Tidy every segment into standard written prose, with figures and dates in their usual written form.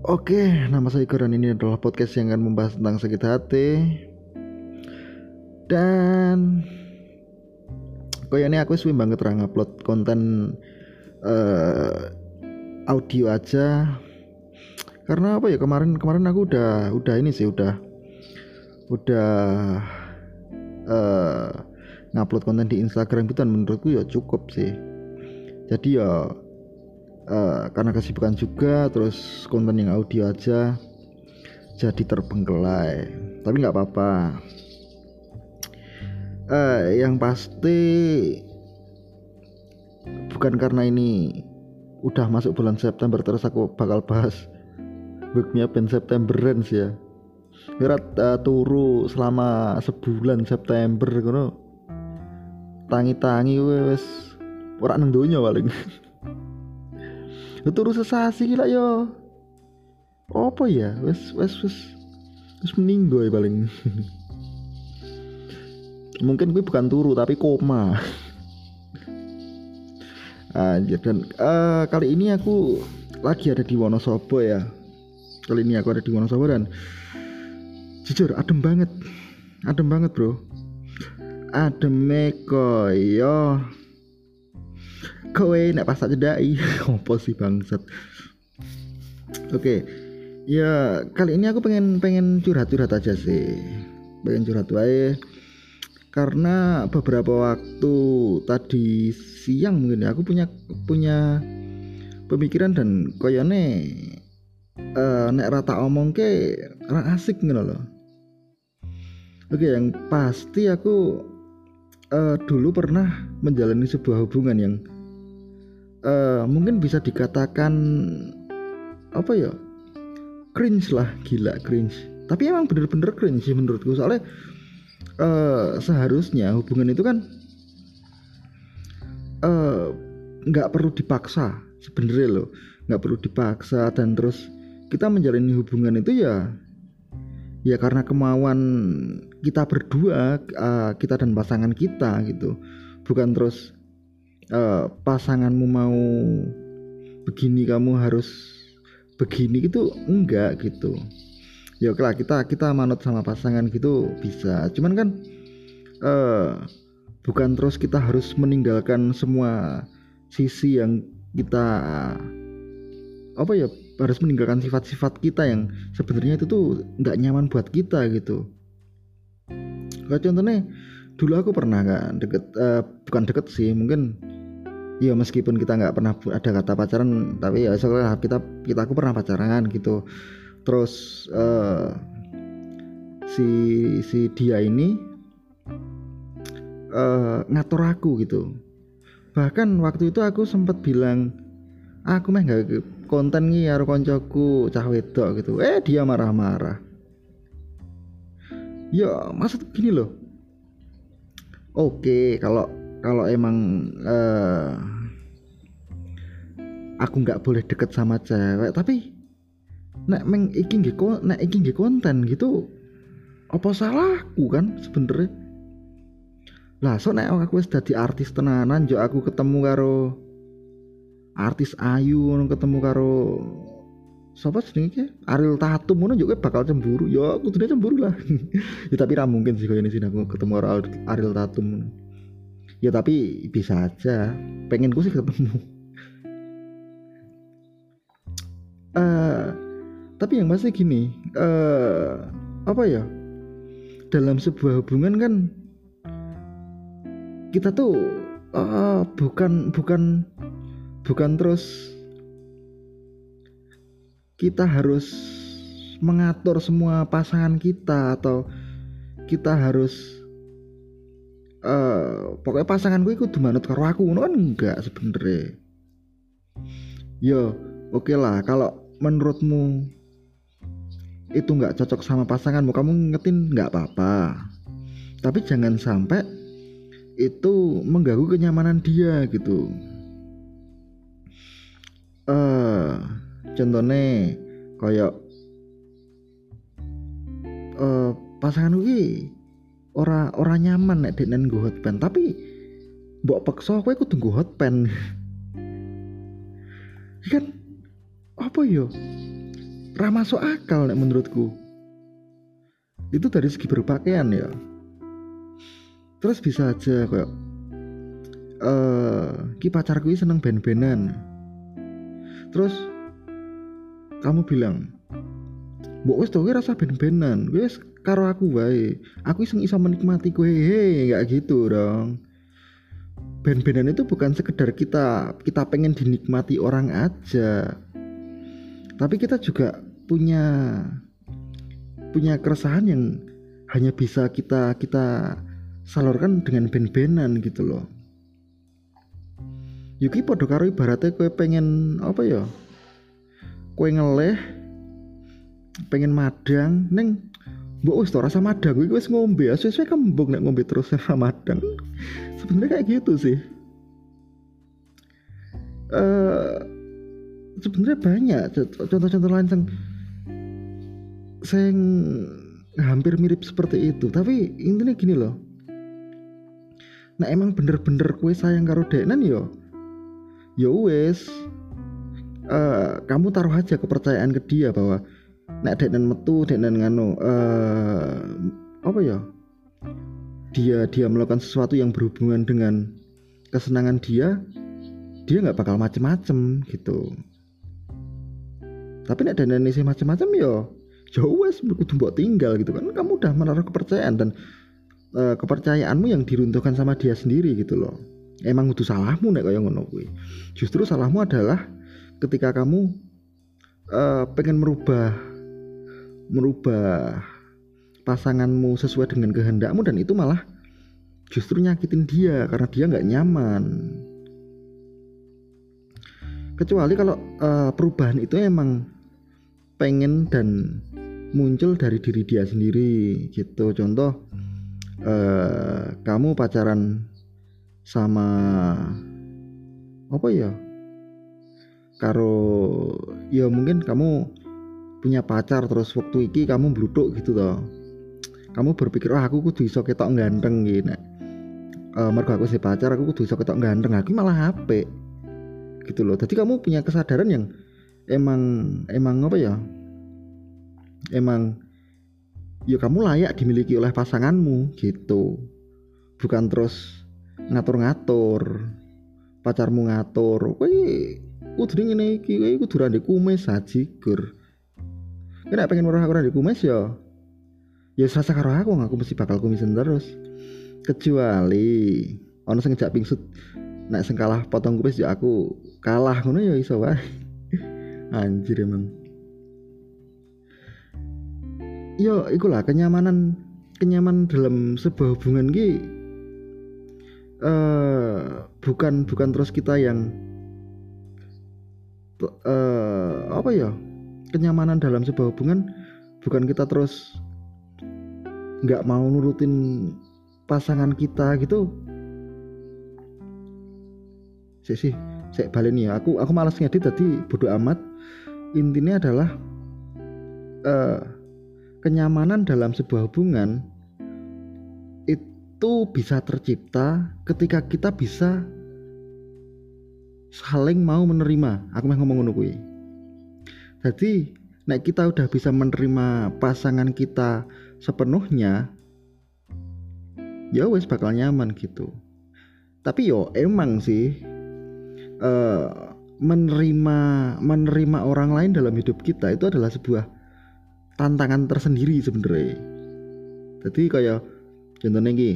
Oke, nama saya Igor dan ini adalah podcast yang akan membahas tentang sakit hati. Dan kayaknya aku suwe banget upload konten eh, audio aja. Karena apa ya, kemarin aku udah ini sih udah eh, ngupload konten di Instagram itu, dan menurutku ya cukup sih. Jadi ya karena kesibukan juga, terus konten yang audio aja jadi terbengkelai, tapi nggak apa-apa. Yang pasti bukan karena ini udah masuk bulan September terus aku bakal bahas webnya Ben Septemberan sih ya. Berat turu selama sebulan September kono. Tangi-tangi wes ora nang donya paling. Turu sesasi gila yo. Apa ya? Wes meninggoy paling. Mungkin gue bukan turu tapi koma. Anjir. Dan kali ini aku lagi ada di Wonosobo ya. Kali ini aku ada di Wonosobo dan jujur adem banget bro. Ademe koyo kowe nek pas tak cedai. Opo sih bangsat. Oke. Ya kali ini aku pengen curhat aja sih. Pengen curhat wae. Karena beberapa waktu tadi siang mungkin ya, aku punya pemikiran dan koyone nek rata omong ke asik ngono loh. Oke, yang pasti aku dulu pernah menjalani sebuah hubungan yang mungkin bisa dikatakan apa ya, cringe lah, gila cringe. Tapi emang bener-bener cringe sih menurutku, soalnya seharusnya hubungan itu kan nggak perlu dipaksa sebenarnya loh, nggak perlu dipaksa, dan terus kita menjalani hubungan itu ya karena kemauan kita berdua, kita dan pasangan kita gitu, bukan terus pasanganmu mau begini kamu harus begini gitu, enggak gitu. Ya oke lah, kita manut sama pasangan gitu bisa, cuman kan bukan terus kita harus meninggalkan semua sisi yang kita apa ya, harus meninggalkan sifat-sifat kita yang sebenarnya itu tuh nggak nyaman buat kita gitu. Kayak contohnya dulu aku pernah kan bukan deket sih, mungkin ya meskipun kita nggak pernah ada kata pacaran, tapi ya soalnya kita aku pernah pacaran gitu. Terus si dia ini ngatur aku gitu. Bahkan waktu itu aku sempat bilang aku mah nggak konten nih karo koncoku cah wedok gitu. Dia marah-marah. Ya maksud gini loh. Oke, kalau emang aku nggak boleh deket sama cewek, tapi nek iki nggih konten gitu, apa salahku kan sebenernya. Lah so nek aku wis dadi artis tenanan, yo aku ketemu karo artis ayu, ketemu karo sapa jenenge Ariel Tatum ngono, yo bakal cemburu. Yo aku kudu cemburu lah. Ya tapi ra mungkin sih koyo ini sih aku ketemu karo Ariel Tatum. Ya tapi bisa aja, pengenku sih ketemu. Tapi yang pasti gini, apa ya, dalam sebuah hubungan kan kita tuh bukan terus kita harus mengatur semua pasangan kita, atau kita harus pokoknya pasanganku itu manut karo aku, kan enggak sebenernya. Yo oke lah, kalau menurutmu itu nggak cocok sama pasanganmu, kamu ngingetin nggak apa-apa, tapi jangan sampai itu mengganggu kenyamanan dia gitu. Contohnya kayak pasangan gue ora nyaman nek denen nggo hotpan, tapi mbok peksa kowe kudu nggo hotpan. Kan apa yo? ra masuk akal nek menurutku. Itu dari segi berpakaian ya. Terus bisa aja kayak ki pacarku ini seneng band-bandan. Terus kamu bilang, mbok wis to rasa band-bandan, wis karo aku wae. Aku iseng iso menikmati kowe. Enggak gitu dong. Band-bandan itu bukan sekedar kita pengen dinikmati orang aja. Tapi kita juga punya keresahan yang hanya bisa kita salurkan dengan band-bandan gitu loh. Yuki podo karo ibaratnya kowe pengen apa ya? Kowe ngeleh pengen madang neng mbok wis rasa madang kuwi wis ngombe, sesuai kembung nek ngombe terus rasa madang. Sebenarnya kayak gitu sih. Sebenarnya banyak contoh-contoh lain yang hampir mirip seperti itu. Tapi intinya gini loh. Nah emang bener-bener kue sayang karo deknen yo. Ya wes. Kamu taruh aja kepercayaan ke dia bahwa nek deknen metu, deknen nganu apa ya? Dia melakukan sesuatu yang berhubungan dengan kesenangan dia nggak bakal macem-macem gitu. Tapi nek deknen isi macem-macem yo, wes kudu mbok tinggal gitu kan. Kamu udah menaruh kepercayaan dan kepercayaanmu yang diruntuhkan sama dia sendiri gitu loh. Emang kudu salahmu nek kaya ngono kuwi. Justru salahmu adalah ketika kamu pengen merubah pasanganmu sesuai dengan kehendakmu dan itu malah justru nyakitin dia karena dia nggak nyaman. Kecuali kalau perubahan itu emang pengen dan muncul dari diri dia sendiri gitu. Contoh kamu pacaran sama apa ya? Karo ya mungkin kamu punya pacar terus waktu iki kamu bluduk gitu toh. Kamu berpikir aku kudu iso ketok ganteng gitu. Mergo aku si pacar aku kudu iso ketok ganteng. Aku malah apik. Gitu loh. Jadi kamu punya kesadaran yang emang apa ya? Emang ya kamu layak dimiliki oleh pasanganmu gitu. Bukan terus ngatur-ngatur. Pacarmu ngatur. Kowe kudu ngene iki, kowe kudu randhe kumis sajigur. Nek pengen weruh aku randhe kumis ya serasa karo aku mesti bakal kumisan terus. Kecuali ono sing ngejak pingsut nek sing kalah potong kumis ya aku kalah ngono ya iso wae. Anjir emang. Yo ikulah kenyamanan dalam sebuah hubungan ki bukan terus kita yang apa ya, kenyamanan dalam sebuah hubungan bukan kita terus nggak mau nurutin pasangan kita gitu. Saya balen ya, aku malas ngedit tadi bodo amat. Intinya adalah kenyamanan dalam sebuah hubungan itu bisa tercipta ketika kita bisa saling mau menerima. Aku mau ngomong ngono kuwi. Jadi nek kita udah bisa menerima pasangan kita sepenuhnya, ya wes bakal nyaman gitu. Tapi yo emang sih menerima orang lain dalam hidup kita itu adalah sebuah tantangan tersendiri sebenarnya. Jadi kayak contohnya gini,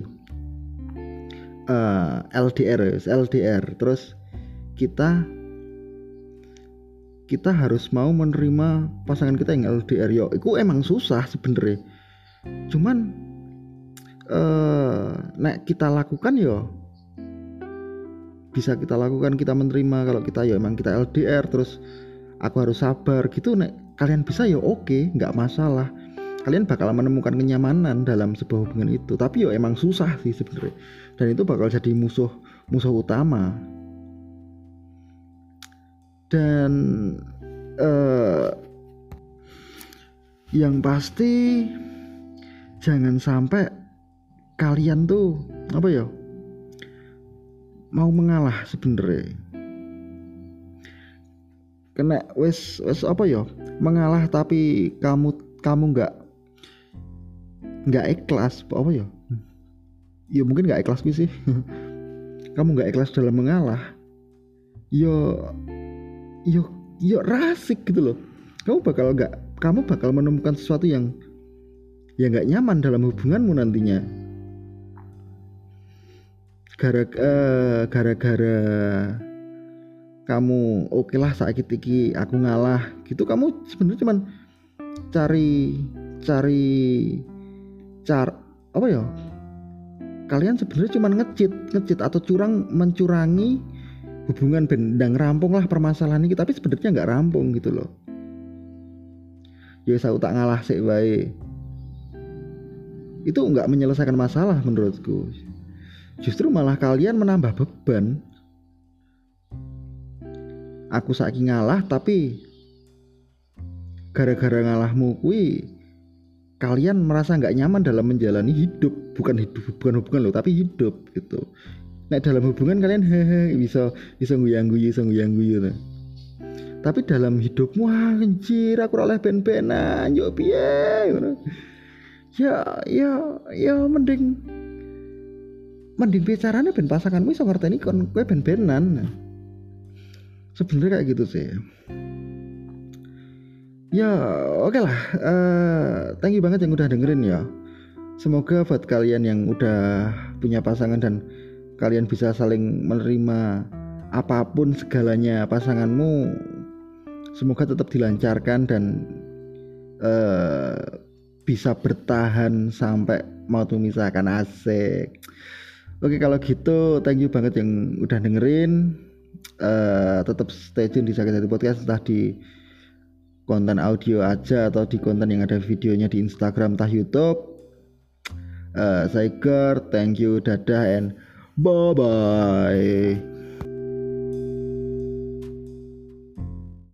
LDR terus kita harus mau menerima pasangan kita yang LDR. Yo itu emang susah sebenarnya. Cuman nek kita lakukan yo bisa kita lakukan, kita menerima kalau kita ya emang kita LDR terus aku harus sabar gitu. Nek kalian bisa ya oke, nggak masalah, kalian bakal menemukan kenyamanan dalam sebuah hubungan itu. Tapi ya emang susah sih sebenarnya, dan itu bakal jadi musuh utama. Dan yang pasti jangan sampai kalian tuh apa ya mau mengalah sebenarnya. kena wes apa ya, mengalah tapi kamu nggak ikhlas apa ya, ya mungkin nggak ikhlas sih. Kamu nggak ikhlas dalam mengalah, yo yo rasik gitu loh. Kamu bakal menemukan sesuatu yang ya nggak nyaman dalam hubunganmu nantinya. Gara-gara kamu oke lah sakit iki aku ngalah gitu, kamu sebenarnya cuman cari apa ya, kalian sebenarnya cuman ngecit atau mencurangi hubungan bendang rampung lah permasalahan ini, tapi sebenarnya nggak rampung gitu loh. Ya saya tak ngalah sih baik, itu nggak menyelesaikan masalah menurutku. Justru malah kalian menambah beban. Aku saiki ngalah tapi gara-gara ngalahmu kui kalian merasa nggak nyaman dalam menjalani hidup, bukan hubungan loh, tapi hidup gitu. Nah dalam hubungan kalian bisa nguyang-guyu nah. Tapi dalam hidupmu anjir aku oleh ben-benan yo piye ngono. Ya mending bicaranya ben pasanganmu iso ngerteni kon kowe ben-benan. Sebenarnya kayak gitu sih. Ya oke lah, thank you banget yang udah dengerin ya. Semoga buat kalian yang udah punya pasangan dan kalian bisa saling menerima apapun segalanya pasanganmu, semoga tetap dilancarkan dan bisa bertahan sampai mau memisahkan, asik. Oke kalau gitu thank you banget yang udah dengerin. Tetap stay tune di Sakit Hati Podcast, entah di konten audio aja atau di konten yang ada videonya di Instagram entah YouTube. Saya Iker, thank you, dadah and bye bye.